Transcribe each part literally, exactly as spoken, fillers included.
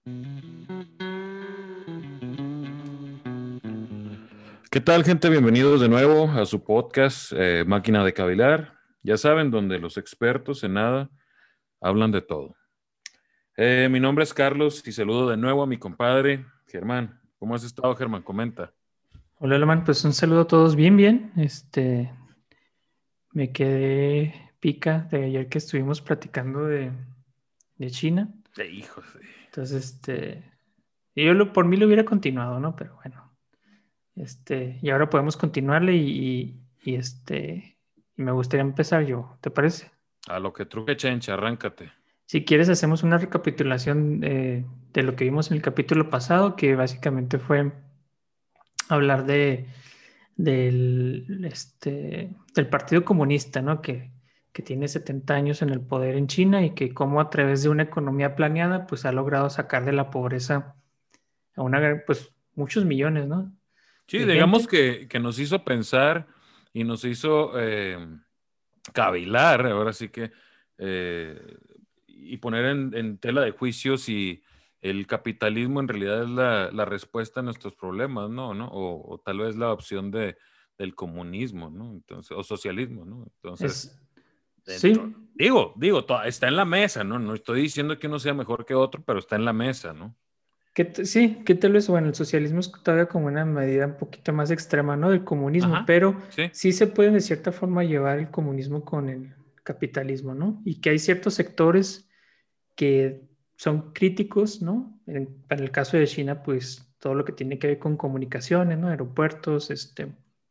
¿Qué tal, gente? Bienvenidos de nuevo a su podcast eh, Máquina de Cavilar. Ya saben, donde los expertos en nada hablan de todo. Eh, mi nombre es Carlos y saludo de nuevo a mi compadre Germán. ¿Cómo has estado, Germán? Comenta. Hola, Alemán, pues un saludo a todos, bien, bien. Este, me quedé pica de ayer que estuvimos platicando de, de China. De hijos. de- Entonces, este, yo lo, por mí lo hubiera continuado, ¿no? Pero bueno, este, y ahora podemos continuarle y, y, y, este, y me gustaría empezar yo, ¿te parece? A lo que truque, chencha, arráncate. Si quieres, hacemos una recapitulación eh, de lo que vimos en el capítulo pasado, que básicamente fue hablar de del, este, del Partido Comunista, ¿no? Que, que tiene setenta años en el poder en China y que como a través de una economía planeada, pues ha logrado sacar de la pobreza a una, gran- pues muchos millones, ¿no? Sí, De digamos gente. que, que nos hizo pensar y nos hizo eh, cavilar, ahora sí que, eh, y poner en, en tela de juicio si el capitalismo en realidad es la, la respuesta a nuestros problemas, ¿no? ¿No? O, o tal vez la opción de, del comunismo, ¿no? Entonces, o socialismo, ¿no? Entonces, Es, dentro, sí, digo, digo, to- está en la mesa, ¿no? No estoy diciendo que uno sea mejor que otro, pero está en la mesa, ¿no? que t- sí, que tal vez, bueno, el socialismo es todavía como una medida un poquito más extrema, ¿no? Del comunismo, Ajá, pero sí, sí se puede de cierta forma llevar el comunismo con el capitalismo, ¿no? Y que hay ciertos sectores que son críticos, ¿no? En, para el caso de China, pues todo lo que tiene que ver con comunicaciones, ¿no? Aeropuertos, este,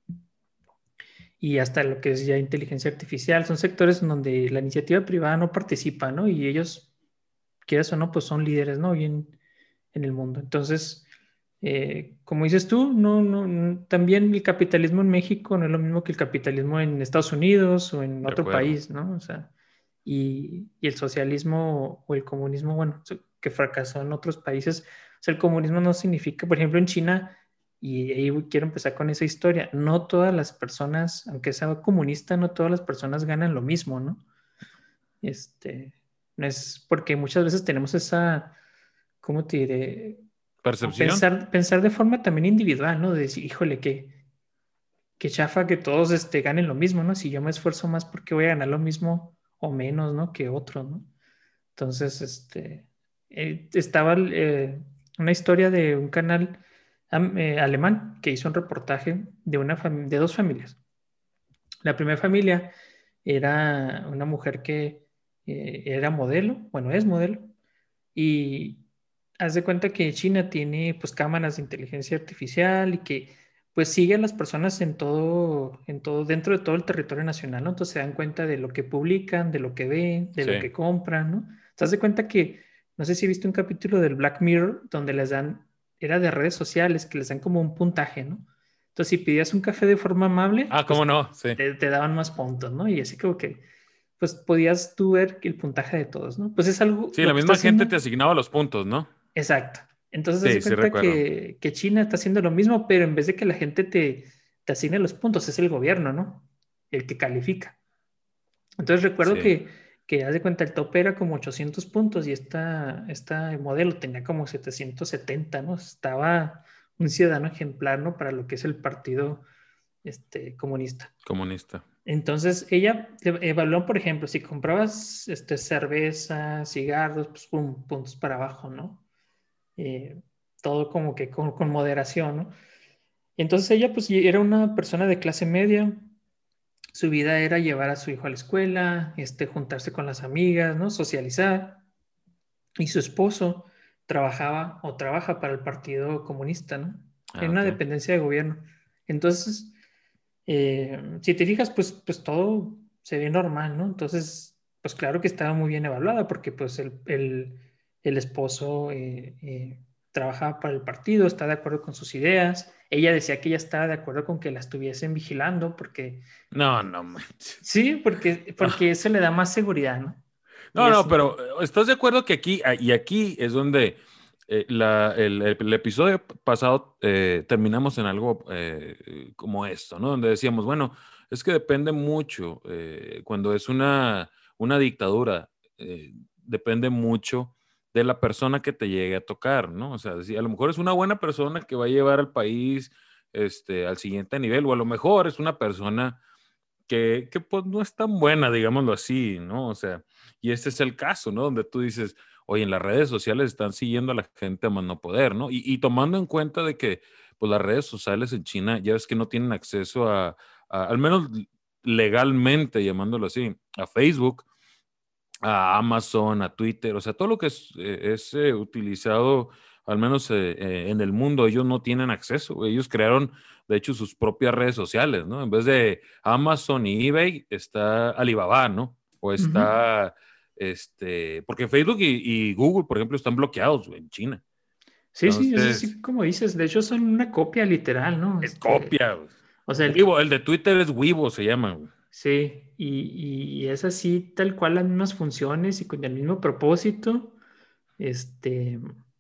y hasta lo que es ya inteligencia artificial, son sectores en donde la iniciativa privada no participa, ¿no? Y ellos, quieras o no, pues son líderes, ¿no? Hoy en, en el mundo. Entonces, eh, como dices tú, no, no, no, también el capitalismo en México no es lo mismo que el capitalismo en Estados Unidos o en de otro acuerdo. país, ¿no? O sea, y, y el socialismo o el comunismo, bueno, que fracasó en otros países. O sea, el comunismo no significa, por ejemplo, en China, y ahí quiero empezar con esa historia, no todas las personas, aunque sea comunista, no todas las personas ganan lo mismo, ¿no? Este, no es porque muchas veces tenemos esa, ¿cómo te diré? Como ¿Percepción? pensar, pensar de forma también individual, ¿no? De decir, híjole, que, que chafa que todos este, ganen lo mismo, ¿no? Si yo me esfuerzo más, ¿por qué voy a ganar lo mismo o menos, ¿no? Que otro, ¿no? Entonces, este, eh, estaba eh, una historia de un canal am- eh, alemán que hizo un reportaje de, una fam- de dos familias. La primera familia era una mujer que eh, era modelo, bueno, es modelo, y haz de cuenta que China tiene pues cámaras de inteligencia artificial y que pues sigue a las personas en todo, en todo, dentro de todo el territorio nacional, ¿no? Entonces se dan cuenta de lo que publican, de lo que ven, de lo Sí. que compran, ¿no? Te das de cuenta que, no sé si viste un capítulo del Black Mirror donde les dan, era de redes sociales, que les dan como un puntaje, ¿no? Entonces si pedías un café de forma amable, Ah, ¿cómo pues no? Sí. te, te daban más puntos, ¿no? Y así como que, pues podías tú ver el puntaje de todos, ¿no? Pues es algo, Sí, lo la que está misma gente haciendo. te asignaba los puntos, ¿no? Exacto. Entonces, haz de Sí, sí cuenta recuerdo. que, que China está haciendo lo mismo, pero en vez de que la gente te, te asigne los puntos, es el gobierno, ¿no? El que califica. Entonces, recuerdo Sí. que, que haz de cuenta, el tope era como ochocientos puntos y esta, esta modelo tenía como setecientos setenta, ¿no? Estaba un ciudadano ejemplar, ¿no? Para lo que es el partido este, comunista. Comunista. Entonces, ella evaluó, por ejemplo, si comprabas este, cerveza, cigarros, pues, pum, puntos para abajo, ¿no? eh, todo como que con, con moderación, ¿no? Y entonces ella pues era una persona de clase media, su vida era llevar a su hijo a la escuela, este, juntarse con las amigas, ¿no? Socializar, y su esposo trabajaba o trabaja para el Partido Comunista, ¿no? En Ah, una ok. dependencia de gobierno. Entonces, eh, si te fijas, pues, pues todo se ve normal, ¿no? Entonces, pues claro que estaba muy bien evaluada porque pues el, el, el esposo eh, eh, trabajaba para el partido, está de acuerdo con sus ideas. Ella decía que ella estaba de acuerdo con que la estuviesen vigilando porque, No, no manches. sí, porque, No, porque eso le da más seguridad, ¿no? Y no, no, así. pero eh, ¿estás de acuerdo que aquí, ah, y aquí es donde eh, la- el, el- el episodio pasado eh, terminamos en algo eh, como esto, ¿no? Donde decíamos, bueno, es que depende mucho, eh, cuando es una, una dictadura, eh, depende mucho de la persona que te llegue a tocar, ¿no? O sea, si a lo mejor es una buena persona que va a llevar al país este, al siguiente nivel, o a lo mejor es una persona que, que pues no es tan buena, digámoslo así, ¿no? O sea, y este es el caso, ¿no? Donde tú dices, oye, en las redes sociales están siguiendo a la gente a más no poder, ¿no? Y, y tomando en cuenta de que, pues las redes sociales en China ya ves que no tienen acceso a, a al menos legalmente, llamándolo así, a Facebook, a Amazon, a Twitter, o sea, todo lo que es, eh, es eh, utilizado, al menos eh, eh, en el mundo, ellos no tienen acceso. Ellos crearon, de hecho, sus propias redes sociales, ¿no? En vez de Amazon y eBay, está Alibaba, ¿no? O Ujú. está, este, porque Facebook y, y Google, por ejemplo, están bloqueados güey, en China. Sí, sí, es Entonces, así como dices. De hecho, son una copia literal, ¿no? es Este, copia. Güey. o sea, el, Weibo, el de Twitter es Weibo, se llama. Güey. sí, y, y es así, tal cual las mismas funciones y con el mismo propósito. Este,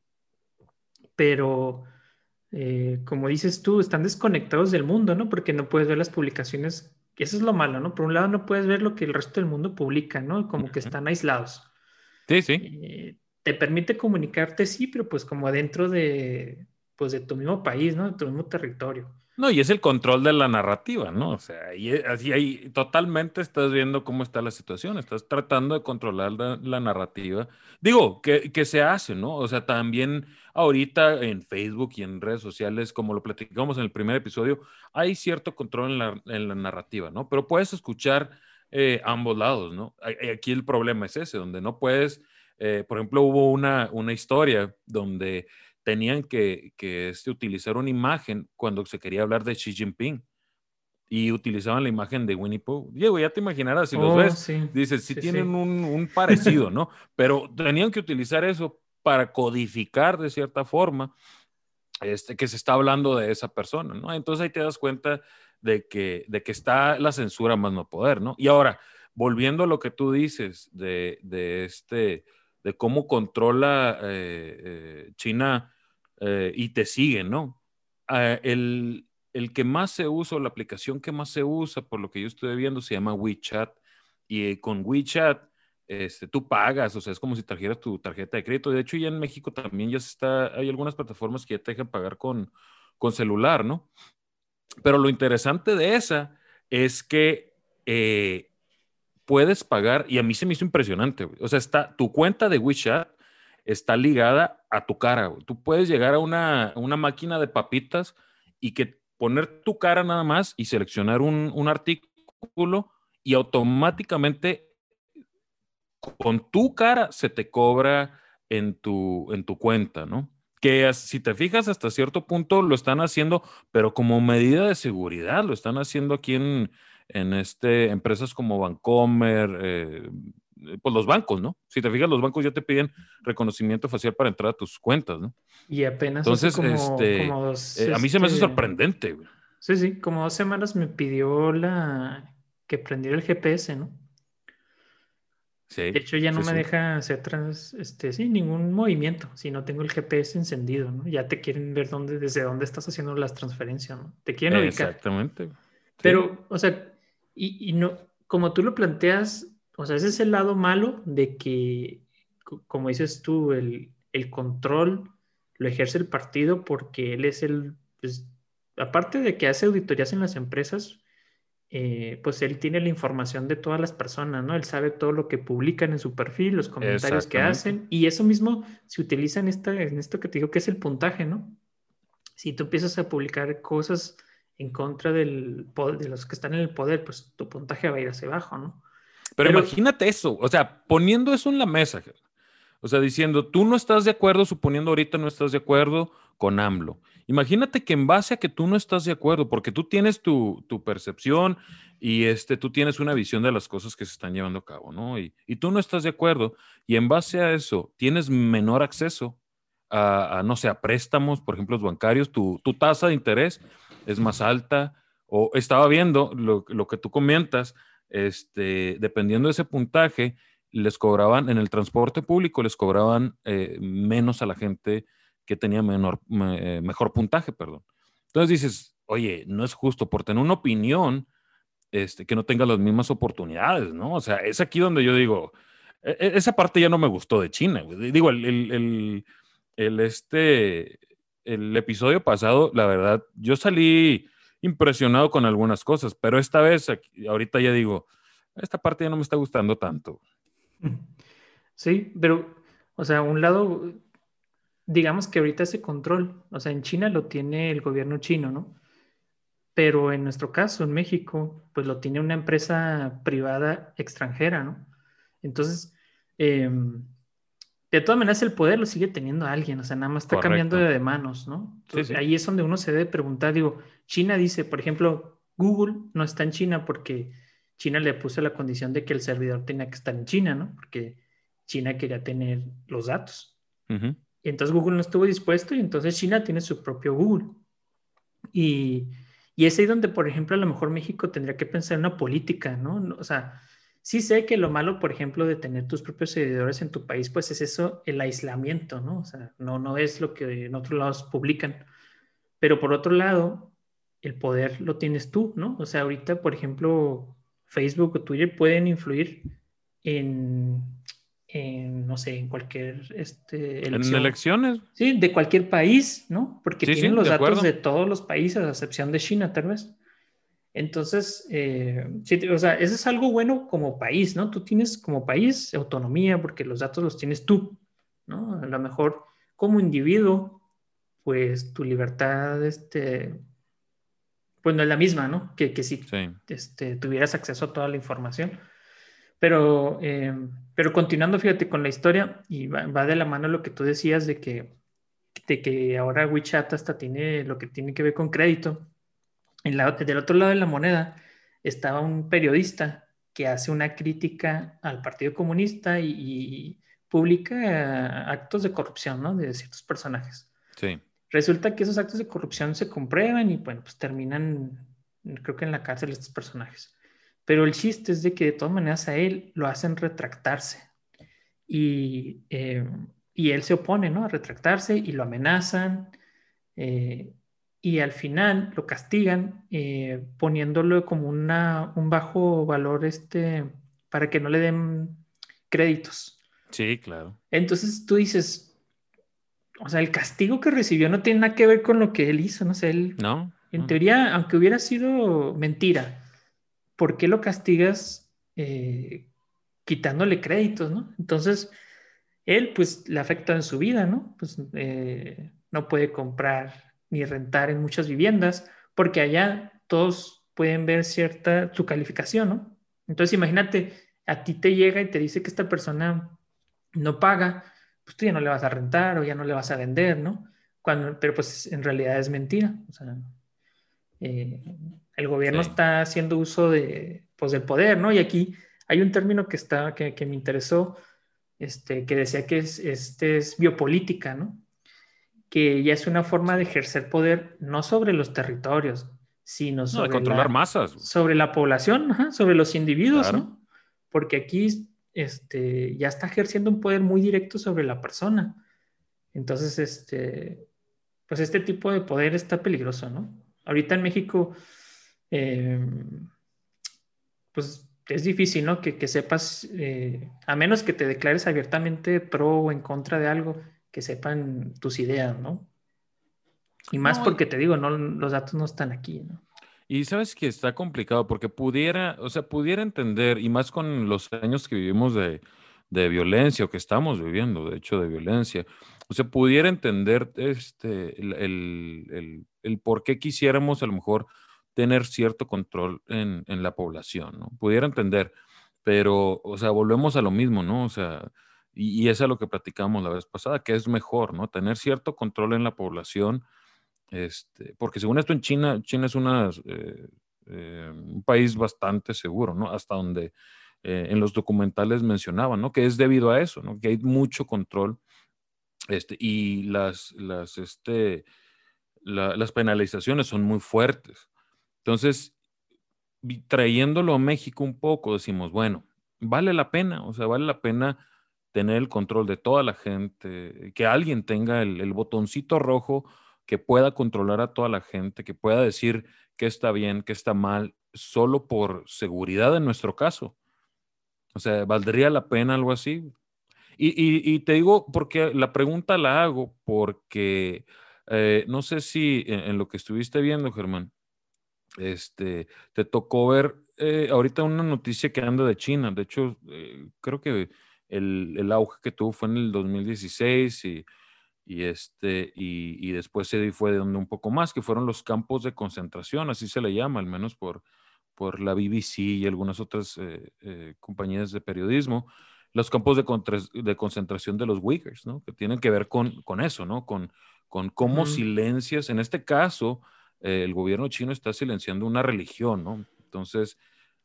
pero eh, como dices tú, están desconectados del mundo, ¿no? Porque no puedes ver las publicaciones. Y eso es lo malo, ¿no? Por un lado, no puedes ver lo que el resto del mundo publica, ¿no? Como que están aislados. Sí, sí. Eh, te permite comunicarte, sí, pero pues como dentro de, pues de tu mismo país, ¿no? De tu mismo territorio. No, y es el control de la narrativa, ¿no? O sea, y e- así ahí totalmente estás viendo cómo está la situación, estás tratando de controlar la, la narrativa. Digo, que, que se hace, ¿no? O sea, también ahorita en Facebook y en redes sociales, como lo platicamos en el primer episodio, hay cierto control en la, en la narrativa, ¿no? Pero puedes escuchar eh, ambos lados, ¿no? A- Aquí el problema es ese, donde no puedes, eh, por ejemplo, hubo una, una historia donde tenían que, que este, utilizar una imagen cuando se quería hablar de Xi Jinping y utilizaban la imagen de Winnie Pooh. Diego, ya te imaginarás, si los Oh, ves, sí, dices, sí sí, tienen sí. un, un parecido, ¿no? Pero tenían que utilizar eso para codificar de cierta forma este, que se está hablando de esa persona, ¿no? Entonces ahí te das cuenta de que, de que está la censura más no poder, ¿no? Y ahora, volviendo a lo que tú dices de, de este, de cómo controla eh, eh, China eh, y te sigue, ¿no? Eh, el, el que más se usa, o la aplicación que más se usa, por lo que yo estoy viendo, se llama WeChat. Y eh, con WeChat este, tú pagas, o sea, es como si trajeras tu tarjeta de crédito. De hecho, ya en México también ya se está, hay algunas plataformas que ya te dejan pagar con, con celular, ¿no? Pero lo interesante de esa es que eh, puedes pagar, y a mí se me hizo impresionante, güey. O sea, está, tu cuenta de WeChat está ligada a tu cara, güey. Tú puedes llegar a una, una máquina de papitas y que poner tu cara nada más y seleccionar un, un artículo y automáticamente con tu cara se te cobra en tu, en tu cuenta, ¿no? Que si te fijas hasta cierto punto lo están haciendo, pero como medida de seguridad, lo están haciendo aquí en, en este, empresas como Bancomer, eh, pues los bancos, ¿no? Si te fijas, los bancos ya te piden reconocimiento facial para entrar a tus cuentas, ¿no? Y apenas hace Entonces, como, este, como dos, eh, a mí se me hace este, sorprendente, güey. sí, sí, como dos semanas me pidió la que prendiera el G P S, ¿no? De Sí, hecho, ya no sí, me sí. deja hacer trans, este, sí, ningún movimiento si no tengo el G P S encendido, ¿no? Ya te quieren ver dónde, desde dónde estás haciendo las transferencias, ¿no? Te quieren ubicar. Exactamente. Sí, Pero, o sea, y, y no, como tú lo planteas, o sea, ese es el lado malo de que, co- como dices tú, el, el control lo ejerce el partido porque él es el, pues, aparte de que hace auditorías en las empresas, eh, pues él tiene la información de todas las personas, ¿no? Él sabe todo lo que publican en su perfil, los comentarios que exactamente. hacen, y eso mismo se utiliza en, esta, en esto que te digo que es el puntaje, ¿no? Si tú empiezas a publicar cosas en contra del poder, de los que están en el poder, pues tu puntaje va a ir hacia abajo, ¿no? Pero Pero, imagínate eso, o sea, poniendo eso en la mesa, o sea, diciendo, tú no estás de acuerdo, suponiendo ahorita no estás de acuerdo con AMLO. Imagínate que en base a que tú no estás de acuerdo, porque tú tienes tu, tu percepción y este, tú tienes una visión de las cosas que se están llevando a cabo, ¿no? Y, y tú no estás de acuerdo y en base a eso tienes menor acceso a, a, no sé, a préstamos, por ejemplo, los bancarios, tu, tu tasa de interés es más alta o estaba viendo lo, lo que tú comentas, este, dependiendo de ese puntaje les cobraban en el transporte público, les cobraban eh, menos a la gente que tenía menor, me, mejor puntaje, perdón. Entonces dices, oye, no es justo por tener una opinión este, que no tenga las mismas oportunidades, ¿no? O sea, es aquí donde yo digo, esa parte ya no me gustó de China, güey. Digo, el, el, el, el, este, el episodio pasado, la verdad, yo salí impresionado con algunas cosas, pero esta vez, aquí, ahorita ya digo, esta parte ya no me está gustando tanto. Sí, pero, o sea, un lado, digamos que ahorita ese control, o sea, en China lo tiene el gobierno chino, ¿no? Pero en nuestro caso, en México, pues lo tiene una empresa privada extranjera, ¿no? Entonces, eh, de todas maneras el poder lo sigue teniendo alguien, o sea, nada más está cambiando Correcto. de, de manos, ¿no? Sí, Entonces, sí. ahí es donde uno se debe preguntar, digo, China dice, por ejemplo, Google no está en China porque China le puso la condición de que el servidor tenía que estar en China, ¿no? Porque China quería tener los datos. Uh-huh. Y entonces Google no estuvo dispuesto y entonces China tiene su propio Google. Y, y es ahí donde, por ejemplo, a lo mejor México tendría que pensar en una política, ¿no? No, o sea, sí sé que lo malo, por ejemplo, de tener tus propios seguidores en tu país, pues es eso, el aislamiento, ¿no? O sea, no, no es lo que en otros lados publican. Pero por otro lado, el poder lo tienes tú, ¿no? O sea, ahorita, por ejemplo, Facebook o Twitter pueden influir en, en no sé, en cualquier este, En elección, elecciones, sí, de cualquier país, ¿no? Porque sí, tienen sí, los de datos acuerdo. de todos los países, a excepción de China, tal vez. Entonces, eh, sí, o sea, eso es algo bueno como país, ¿no? Tú tienes como país autonomía porque los datos los tienes tú, ¿no? A lo mejor como individuo, pues tu libertad, este, pues no es la misma, ¿no? Que, que si Sí. este, tuvieras acceso a toda la información. Pero, eh, pero continuando, fíjate, con la historia, y va, va de la mano lo que tú decías de que, de que ahora WeChat hasta tiene lo que tiene que ver con crédito. En la, del otro lado de la moneda estaba un periodista que hace una crítica al Partido Comunista y, y publica actos de corrupción, ¿no? De ciertos personajes. Sí. Resulta que esos actos de corrupción se comprueban y bueno, pues terminan, creo que en la cárcel estos personajes. Pero el chiste es de que de todas maneras a él lo hacen retractarse y, eh, y él se opone, ¿no? A retractarse y lo amenazan eh, y al final lo castigan eh, poniéndolo como una, un bajo valor este, para que no le den créditos. Sí, claro. Entonces tú dices, o sea, el castigo que recibió no tiene nada que ver con lo que él hizo, no sé, él, No, en no, no. teoría, aunque hubiera sido mentira, ¿por qué lo castigas eh, quitándole créditos, ¿no? Entonces, él pues le afecta en su vida, ¿no? Pues eh, no puede comprar ni rentar en muchas viviendas porque allá todos pueden ver cierta su calificación, ¿no? Entonces, imagínate, a ti te llega y te dice que esta persona no paga, pues tú ya no le vas a rentar o ya no le vas a vender, ¿no? Cuando, pero pues en realidad es mentira. O sea, eh, el gobierno Sí. está haciendo uso de, pues, del poder, ¿no? Y aquí hay un término que, está, que, que me interesó, este, que decía que es, este es biopolítica, ¿no? Que ya es una forma de Sí. ejercer poder no sobre los territorios, sino No, de sobre controlar la, masas. sobre la población, ajá, sobre los individuos, Claro. ¿no? Porque aquí este, ya está ejerciendo un poder muy directo sobre la persona. Entonces, este, pues este tipo de poder está peligroso, ¿no? Ahorita en México, eh, pues es difícil, ¿no? Que, que sepas, eh, a menos que te declares abiertamente pro o en contra de algo, que sepan tus ideas, ¿no? Y más No, y, porque te digo, no, los datos no están aquí, ¿no? y sabes que está complicado porque pudiera, o sea, pudiera entender, y más con los años que vivimos de, de violencia, o que estamos viviendo, de hecho, de violencia, o sea, pudiera entender este, el, el, el, el por qué quisiéramos a lo mejor tener cierto control en, en la población, ¿no? Pudiera entender, pero, o sea, volvemos a lo mismo, ¿no? O sea, y, y es a lo que platicamos la vez pasada, que es mejor, ¿no? Tener cierto control en la población este, porque según esto en China, China es una, eh, eh, un país bastante seguro, ¿no? Hasta donde eh, en los documentales mencionaban, ¿no? Que es debido a eso, ¿no? Que hay mucho control este, y las, las, este, la- las penalizaciones son muy fuertes. Entonces, vi- trayéndolo a México un poco, decimos, bueno, vale la pena, o sea, vale la pena tener el control de toda la gente, que alguien tenga el, el botoncito rojo que pueda controlar a toda la gente, que pueda decir qué está bien, qué está mal, solo por seguridad en nuestro caso. O sea, ¿valdría la pena algo así? Y, y, y te digo, porque la pregunta la hago porque eh, no sé si en, en lo que estuviste viendo, Germán, este, te tocó ver eh, ahorita una noticia que anda de China. De hecho, eh, creo que el, el auge que tuvo fue en el dos mil dieciséis y, y, este, y, y después se fue de donde un poco más, que fueron los campos de concentración, así se le llama, al menos por, por la B B C y algunas otras eh, eh, compañías de periodismo, los campos de, contra- de concentración de los Uyghurs, ¿no? Que tienen que ver con, con eso, ¿no? Con, con cómo Ujú. silencias, en este caso, eh, el gobierno chino está silenciando una religión, ¿no? Entonces,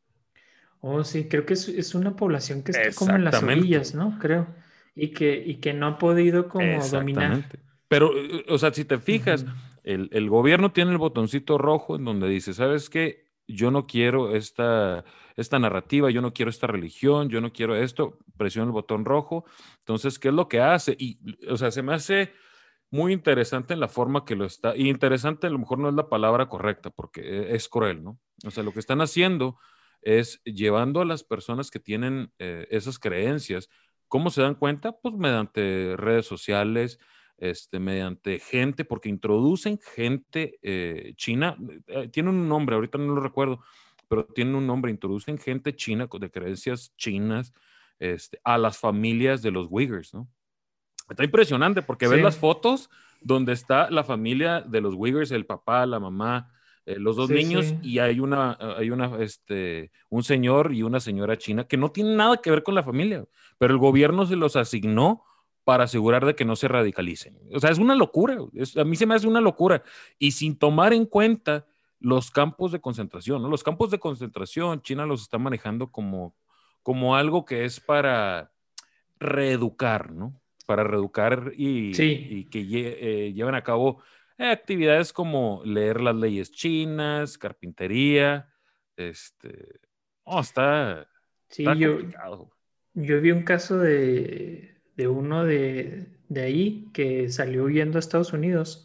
Oh, sí, creo que es, es una población que está como en las exactamente, orillas, ¿no? Creo. Y que, y que no ha podido como dominar. exactamente. Pero, eh, o sea, si te fijas, Ujú. el, el gobierno tiene el botoncito rojo en donde dice, ¿sabes qué? Yo no quiero esta, esta narrativa, yo no quiero esta religión, yo no quiero esto, presiona el botón rojo. Entonces, ¿qué es lo que hace? Y, o sea, se me hace muy interesante en la forma que lo está, y interesante a lo mejor no es la palabra correcta, porque e- es cruel, ¿no? O sea, lo que están haciendo es llevando a las personas que tienen eh, esas creencias. ¿Cómo se dan cuenta? Pues mediante redes sociales, este, mediante gente, porque introducen gente eh, china, eh, tienen un nombre, ahorita no lo recuerdo, pero tienen un nombre, introducen gente china de creencias chinas este, a las familias de los Uyghurs, ¿no? Está impresionante porque ves Sí, las fotos donde está la familia de los Uyghurs, el papá, la mamá, eh, los dos sí, niños, sí. y hay una, hay una, este, un señor y una señora china que no tienen nada que ver con la familia, pero el gobierno se los asignó para asegurar de que no se radicalicen. O sea, es una locura. Es, a mí se me hace una locura. Y sin tomar en cuenta los campos de concentración, ¿no? Los campos de concentración, China los está manejando como, como algo que es para reeducar, ¿no? Para reeducar y, Sí, y que lle- eh, lleven a cabo eh, actividades como leer las leyes chinas, carpintería, este, oh, está, sí, está yo, complicado. yo vi un caso de, de uno de, de ahí que salió huyendo a Estados Unidos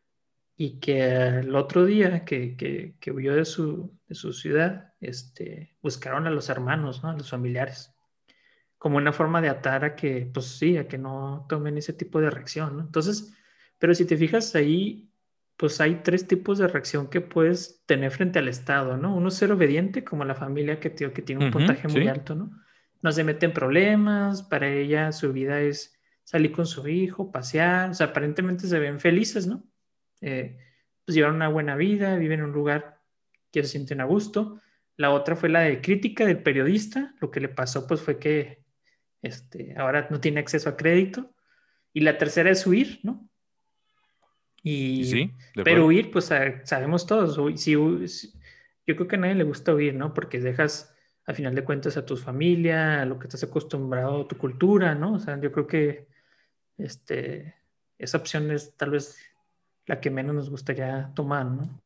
y que el otro día que, que, que huyó de su, de su ciudad, este, buscaron a los hermanos, ¿no? A los familiares, como una forma de atar a que, pues sí, a que no tomen ese tipo de reacción, ¿no? Entonces, pero si te fijas ahí, pues hay tres tipos de reacción que puedes tener frente al Estado, ¿no? Uno es ser obediente, como la familia que, tío, que tiene un Ujú, puntaje muy sí, alto, ¿no? No se mete en problemas, para ella su vida es salir con su hijo, pasear, o sea, aparentemente se ven felices, ¿no? Eh, pues llevan una buena vida, viven en un lugar que se sienten a gusto. La otra fue la de crítica del periodista. Lo que le pasó pues fue que este, ahora no tiene acceso a crédito. Y la tercera es huir, ¿no? y Y, sí, de pero acuerdo. huir, pues a- sabemos todos, hu- si, hu- si- yo creo que a nadie le gusta huir, ¿no? Porque dejas, a final de cuentas, a tu familia, a lo que estás acostumbrado, a tu cultura, ¿no? O sea, yo creo que este, esa opción es tal vez la que menos nos gustaría tomar, ¿no?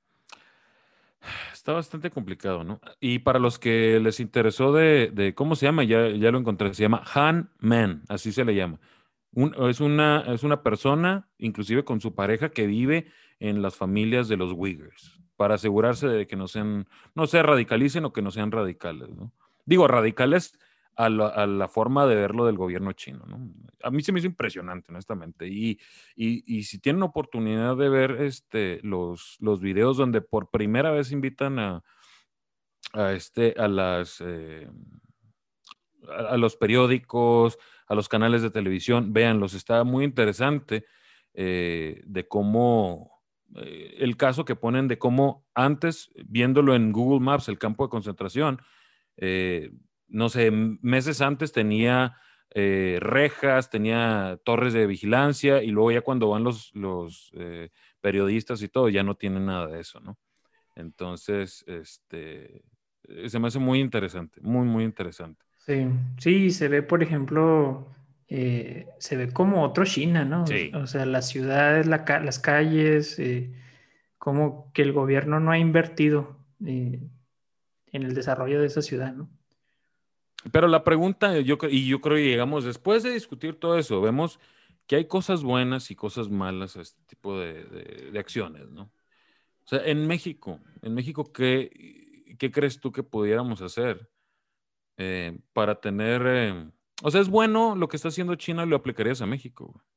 Está bastante complicado, ¿no? Y para los que les interesó de, de ¿cómo se llama? Ya, ya lo encontré, se llama Han Man, así se le llama. Un- es una, es una persona, inclusive con su pareja, que vive en las familias de los Uyghurs, para asegurarse de que no sean, no se radicalicen o que no sean radicales, ¿no? Digo, radicales a la, a la forma de verlo del gobierno chino, ¿no? A mí se me hizo impresionante, honestamente. Y, y, y si tienen oportunidad de ver este, los, los videos donde por primera vez invitan a, a, este, a las... eh, a, a los periódicos, a los canales de televisión, véanlos, está muy interesante eh, de cómo, eh, el caso que ponen de cómo antes, viéndolo en Google Maps, el campo de concentración, eh, no sé, meses antes tenía eh, rejas, tenía torres de vigilancia y luego ya cuando van los, los eh, periodistas y todo, ya no tienen nada de eso, ¿no? Entonces, este, eh, se me hace muy interesante, muy, muy interesante. Sí, sí, se ve, por ejemplo, eh, se ve como otro China, ¿no? Sí. O sea, las ciudades, la ca- las calles, eh, como que el gobierno no ha invertido eh, en el desarrollo de esa ciudad, ¿no? Pero la pregunta, yo, cre- y yo creo que llegamos después de discutir todo eso, vemos que hay cosas buenas y cosas malas a este tipo de, de- de acciones, ¿no? O sea, en México, en México, ¿qué, qué crees tú que pudiéramos hacer eh, para tener... eh, o sea, es bueno lo que está haciendo China, lo aplicarías a México, güey.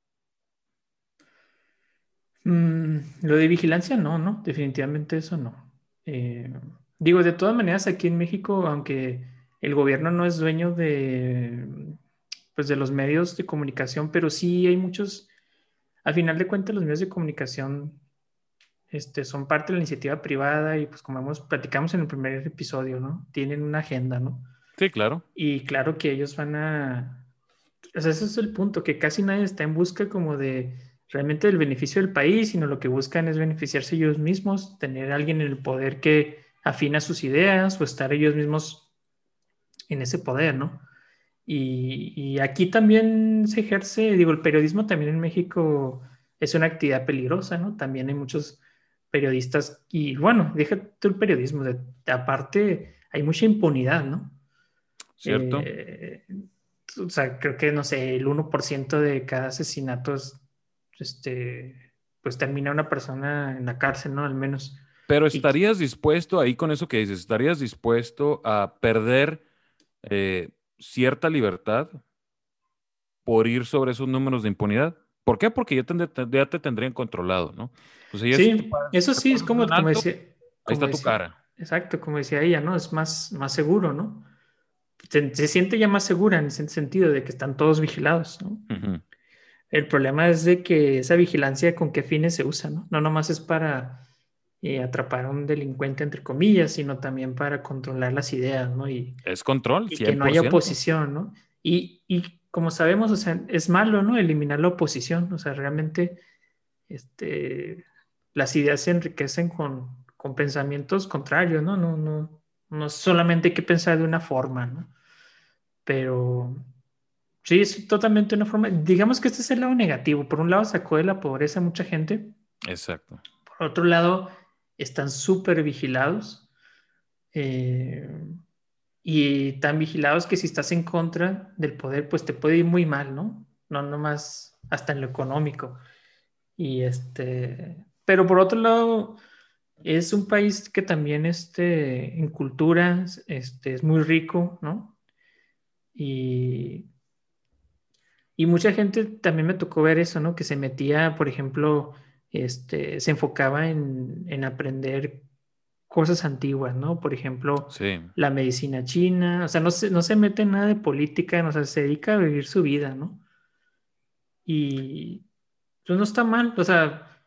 Mm, lo de vigilancia, no, no, definitivamente eso no. Eh, digo, de todas maneras, aquí en México, aunque el gobierno no es dueño de, pues, de los medios de comunicación, pero sí hay muchos, al final de cuentas, los medios de comunicación, este, son parte de la iniciativa privada y pues como hemos, platicamos en el primer episodio, ¿no? Tienen una agenda, ¿no? Sí, claro. Y claro que ellos van a, o sea, ese es el punto, que casi nadie está en busca como de realmente del beneficio del país, sino lo que buscan es beneficiarse ellos mismos, tener a alguien en el poder que afina sus ideas o estar ellos mismos en ese poder, ¿no? Y, y aquí también se ejerce, digo, el periodismo también en México es una actividad peligrosa, ¿no? También hay muchos periodistas y bueno, déjate el periodismo, de, de aparte hay mucha impunidad, ¿no? ¿Cierto? Eh, o sea, creo que, no sé, el uno por ciento de cada asesinato es, este, pues termina una persona en la cárcel, ¿no? Al menos. Pero Y ¿estarías dispuesto, ahí con eso que dices, estarías dispuesto a perder eh, cierta libertad por ir sobre esos números de impunidad? ¿Por qué? Porque ya, tendré- ya te tendrían controlado, ¿no? O sea, ya si te, sí, pa- eso te sí, es pasas de como, un como alto, decía, ahí como está tu decía, cara. exacto, como decía ella, ¿no? Es más, más seguro, ¿no? Se, se siente ya más segura en ese sentido de que están todos vigilados, ¿no? Ujú. El problema es de que esa vigilancia con qué fines se usa, ¿no? No nomás es para eh, atrapar a un delincuente, entre comillas, sino también para controlar las ideas, ¿no? Y, Es control, y que cien no por haya ciento. oposición, ¿no? Y, y como sabemos, o sea, es malo, ¿no? Eliminar la oposición, o sea, realmente este, las ideas se enriquecen con, con pensamientos contrarios, ¿no? No, no, no solamente hay que pensar de una forma, ¿no? Pero sí, es totalmente una forma, digamos que este es el lado negativo. Por un lado sacó de la pobreza a mucha gente, Exacto. por otro lado están súper vigilados. Eh, y tan vigilados que si estás en contra del poder, pues te puede ir muy mal, ¿no? No nomás hasta en lo económico. Y este, pero por otro lado, es un país que también este, en cultura este, es muy rico, ¿no? Y, y mucha gente también me tocó ver eso, ¿no? Que se metía, por ejemplo, este, se enfocaba en, en aprender cosas antiguas, ¿no? Por ejemplo, Sí. la medicina china, o sea, no se, no se mete en nada de política, no, o sea, se dedica a vivir su vida, ¿no? Y pues no está mal, o sea,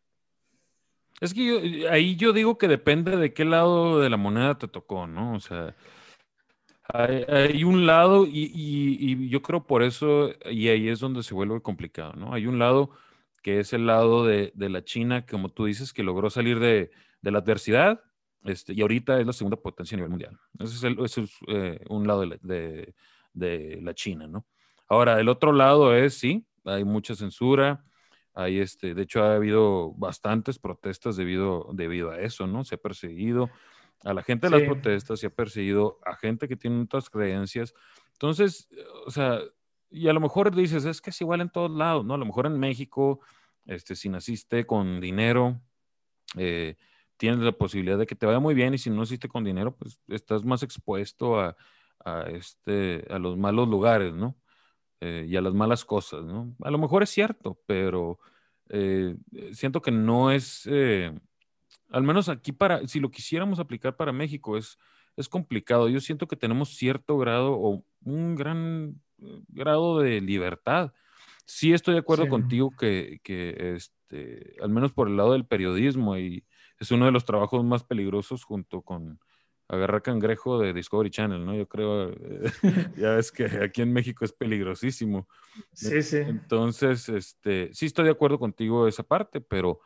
Es que yo- ahí yo digo que depende de qué lado de la moneda te tocó, ¿no? O sea, hay, hay un lado y, y- y yo creo por eso, y ahí es donde se vuelve complicado, ¿no? Hay un lado que es el lado de, de la China, como tú dices, que logró salir de, de la adversidad, este, y ahorita es la segunda potencia a nivel mundial. Ese es, el- ese es, eh, un lado de la, de- de la China, ¿no? Ahora, el otro lado es, sí, hay mucha censura, hay este, de hecho ha habido bastantes protestas debido, debido a eso, ¿no? Se ha perseguido a la gente de sí, las protestas, se ha perseguido a gente que tiene otras creencias. Entonces, eh, o sea, y a lo mejor dices, es que es igual en todos lados, ¿no? A lo mejor en México, este, si naciste con dinero, eh, tienes la posibilidad de que te vaya muy bien y si no naciste con dinero, pues estás más expuesto a, a, este, a los malos lugares, ¿no? Eh, y a las malas cosas, ¿no? A lo mejor es cierto, pero eh, siento que no es, eh, al menos aquí para, si lo quisiéramos aplicar para México, es, es complicado. Yo siento que tenemos cierto grado o un gran eh, grado de libertad. Sí estoy de sí. acuerdo contigo que, que este, al menos por el lado del periodismo, y es uno de los trabajos más peligrosos junto con agarrar cangrejo de Discovery Channel, ¿no? Yo creo, eh, ya ves que aquí en México es peligrosísimo. Sí, sí. Entonces, este, sí estoy de acuerdo contigo esa parte, pero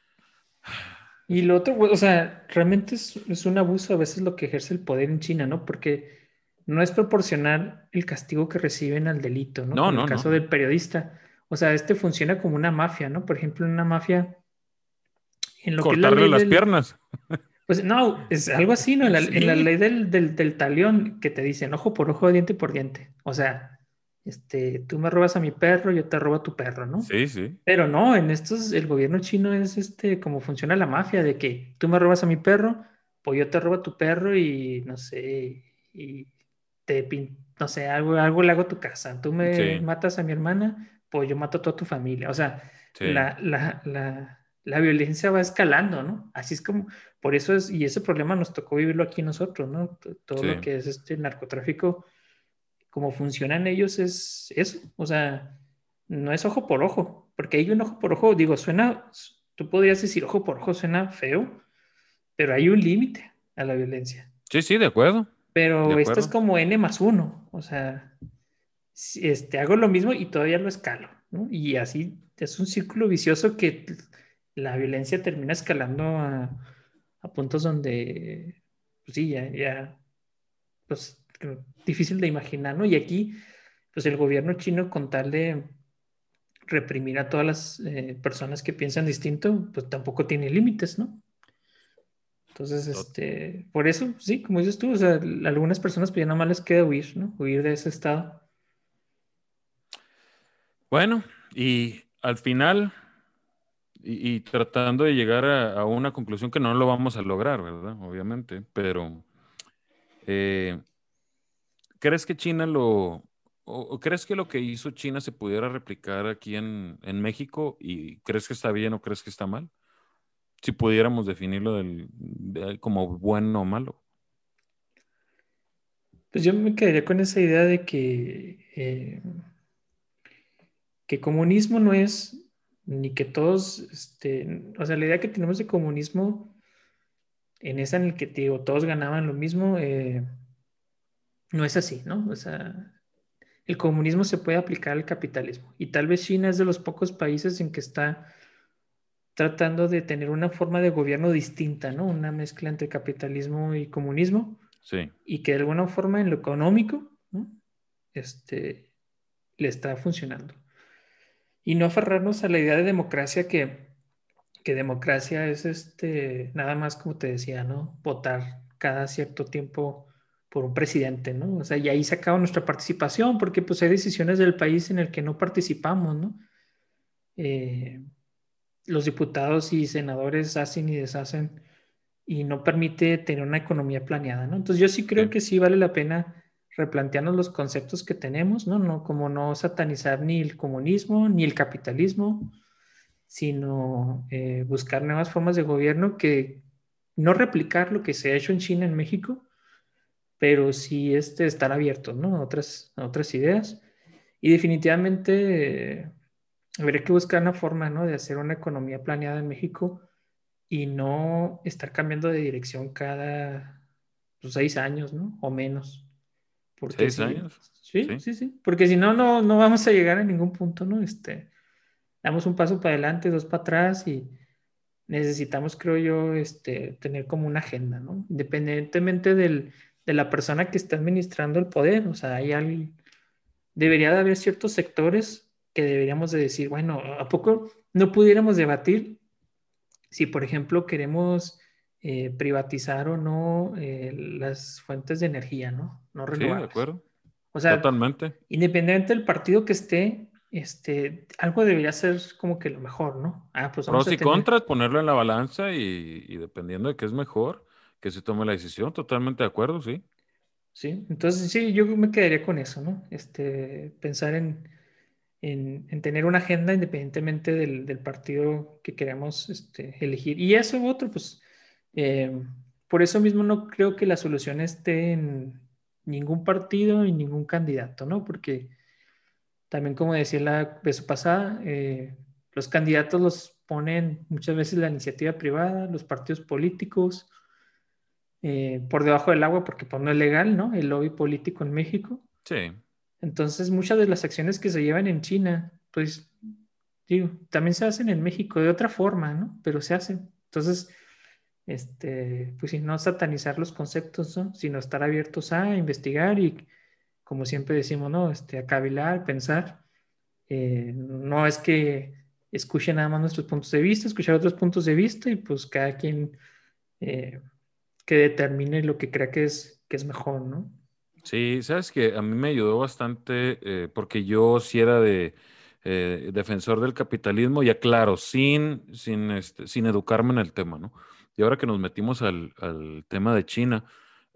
Y lo otro, o sea, realmente es, es un abuso a veces lo que ejerce el poder en China, ¿no? Porque no es proporcional el castigo que reciben al delito, ¿no? no, Como el no, no, caso no. del periodista. O sea, este funciona como una mafia, ¿no? Por ejemplo, en una mafia, en lo que es la Cortarle ley las del, piernas. pues no, es algo así, ¿no? En la, en la Sí, ley del, del, del talión que te dicen ojo por ojo, diente por diente. O sea, este, tú me robas a mi perro, yo te robo a tu perro, ¿no? sí, sí. Pero no, en estos el gobierno chino es este, como funciona la mafia, de que tú me robas a mi perro, pues yo te robo a tu perro y no sé, y te, pin- no sé, algo, algo le hago a tu casa, tú me Sí, matas a mi hermana, pues yo mato a toda tu familia. O sea, sí, la, la, la, la violencia va escalando, ¿no? Así es como, por eso es, y ese problema nos tocó vivirlo aquí nosotros, ¿no? T- Todo lo sí, que es este narcotráfico, como funcionan ellos es eso, o sea, no es ojo por ojo, porque hay un ojo por ojo, digo, suena, tú podrías decir ojo por ojo, suena feo, pero hay un límite a la violencia. sí, sí, de acuerdo, de Pero esto es acuerdo. como N más uno, o sea, si, este, hago lo mismo y todavía lo escalo, ¿no? Y así es un círculo vicioso que la violencia termina escalando a, a puntos donde, pues sí, ya, ya, pues difícil de imaginar, ¿no? Y aquí, pues el gobierno chino con tal de reprimir a todas las eh, personas que piensan distinto, pues tampoco tiene límites, ¿no? Entonces, To- este, por eso, sí, como dices tú, o sea, algunas personas pues ya nada más les queda huir, ¿no? Huir de ese estado. Bueno, y al final, y, y tratando de llegar a, a una conclusión que no lo vamos a lograr, ¿verdad? Obviamente, pero eh, ¿crees que China lo, o, o crees que lo que hizo China se pudiera replicar aquí en, en México? ¿Y crees que está bien o crees que está mal? Si pudiéramos definirlo del- de- como bueno o malo. Pues yo me quedaría con esa idea de que, eh, que comunismo no es ni que todos, este, o sea, la idea que tenemos de comunismo en esa en el que te digo, todos ganaban lo mismo, eh, no es así, ¿no? O sea, el comunismo se puede aplicar al capitalismo y tal vez China es de los pocos países en que está tratando de tener una forma de gobierno distinta, ¿no? Una mezcla entre capitalismo y comunismo Sí, y que de alguna forma en lo económico, ¿no? Este, le está funcionando. Y no aferrarnos a la idea de democracia que, que democracia es este, nada más como te decía, ¿no? Votar cada cierto tiempo por un presidente, ¿no? O sea, y ahí se acaba nuestra participación porque pues hay decisiones del país en el que no participamos, ¿no? Eh, los diputados y senadores hacen y deshacen y no permite tener una economía planeada, ¿no? Entonces yo sí creo sí, que sí vale la pena replantearnos los conceptos que tenemos, ¿no? No como no satanizar ni el comunismo ni el capitalismo, sino eh, buscar nuevas formas de gobierno que no replicar lo que se ha hecho en China, en México, pero sí este, estar abiertos, ¿no? A otras, a otras ideas. Y definitivamente eh, habría que buscar una forma, ¿no? De hacer una economía planeada en México y no estar cambiando de dirección cada pues, seis años, ¿no? O menos. Porque seis si, años, sí, sí, sí, sí. Porque si no, no, no vamos a llegar a ningún punto, ¿no? Este, damos un paso para adelante, dos para atrás y necesitamos, creo yo, este, tener como una agenda, ¿no? Independientemente del, de la persona que está administrando el poder. O sea, hay alguien, debería de haber ciertos sectores que deberíamos de decir, bueno, ¿a poco no pudiéramos debatir si, por ejemplo, queremos eh, privatizar o no eh, las fuentes de energía, ¿no? No sí, de renovables. acuerdo, O sea, totalmente. independientemente del partido que esté, este, algo debería ser como que lo mejor, ¿no? Ah, pues vamos Pros a y tener, contras, ponerlo en la balanza y, y dependiendo de qué es mejor, que se tome la decisión. Totalmente de acuerdo, sí. ¿sí? Entonces, sí, yo me quedaría con eso, ¿no? Este, pensar en, en, en tener una agenda independientemente del, del partido que queramos este, elegir. Y eso u otro, pues, eh, por eso mismo no creo que la solución esté en ningún partido y ningún candidato, ¿no? Porque también, como decía la vez pasada, eh, los candidatos los ponen muchas veces la iniciativa privada, los partidos políticos, eh, por debajo del agua porque pues, no es legal, ¿no? El lobby político en México. Sí, Entonces, muchas de las acciones que se llevan en China, pues, digo, también se hacen en México de otra forma, ¿no? Pero se hacen. Entonces, este, pues, sí, no satanizar los conceptos, ¿no? Sino estar abiertos a investigar y, como siempre decimos, ¿no? Este, a cavilar, pensar. Eh, no es que escuche nada más nuestros puntos de vista, escuchar otros puntos de vista y pues cada quien eh, que determine lo que crea que es, que es mejor, ¿no? sí, sabes que a mí me ayudó bastante eh, porque yo sí era de eh, defensor del capitalismo, ya claro, sin, sin, este, sin educarme en el tema, ¿no? Y ahora que nos metimos al, al tema de China,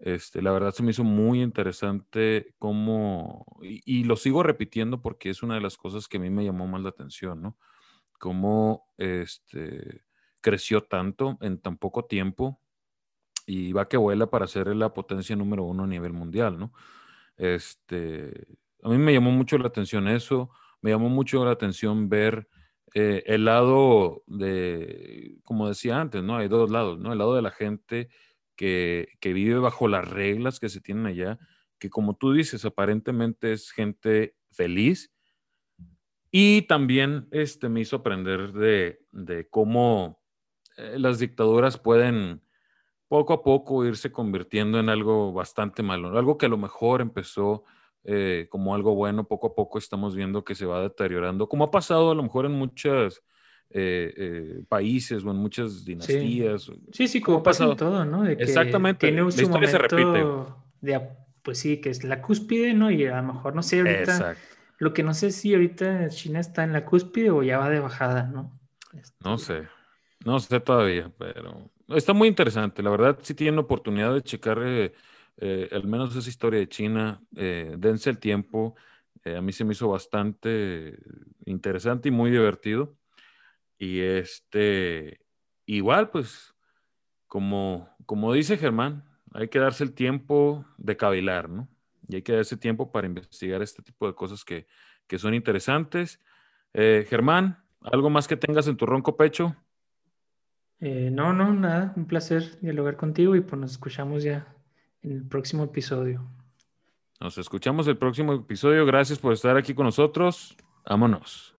Este, la verdad se me hizo muy interesante cómo, y, y lo sigo repitiendo porque es una de las cosas que a mí me llamó más la atención, ¿no? Cómo este, creció tanto en tan poco tiempo y va que vuela para ser la potencia número uno a nivel mundial, ¿no? Este, a mí me llamó mucho la atención eso, me llamó mucho la atención ver eh, el lado de, como decía antes, ¿no? Hay dos lados, ¿no? El lado de la gente que, que vive bajo las reglas que se tienen allá, que como tú dices, aparentemente es gente feliz, y también este, me hizo aprender de, de cómo eh, las dictaduras pueden poco a poco irse convirtiendo en algo bastante malo, ¿no? Algo que a lo mejor empezó eh, como algo bueno, poco a poco estamos viendo que se va deteriorando, como ha pasado a lo mejor en muchos eh, eh, países o en muchas Sí, dinastías, sí, sí, como ha como pasa en pasado. todo, ¿no? De que Exactamente, tiene la su historia se repite. momento de, ap- pues sí, que es la cúspide, ¿no? Y a lo mejor, no sé, ahorita, Exacto. lo que no sé si ahorita China está en la cúspide o ya va de bajada, ¿no? No Este, sé, no sé todavía, pero está muy interesante. La verdad, si tienen oportunidad de checar eh, eh, al menos esa historia de China, eh, dense el tiempo. Eh, a mí se me hizo bastante interesante y muy divertido. Y este, igual, pues, como, como dice Germán, hay que darse el tiempo de cavilar, ¿no? Y hay que darse tiempo para investigar este tipo de cosas que, que son interesantes. Eh, Germán, ¿algo más que tengas en tu ronco pecho? eh, no, no, nada, un placer dialogar contigo y pues nos escuchamos ya en el próximo episodio. Nos escuchamos el próximo episodio. Gracias por estar aquí con nosotros. Vámonos.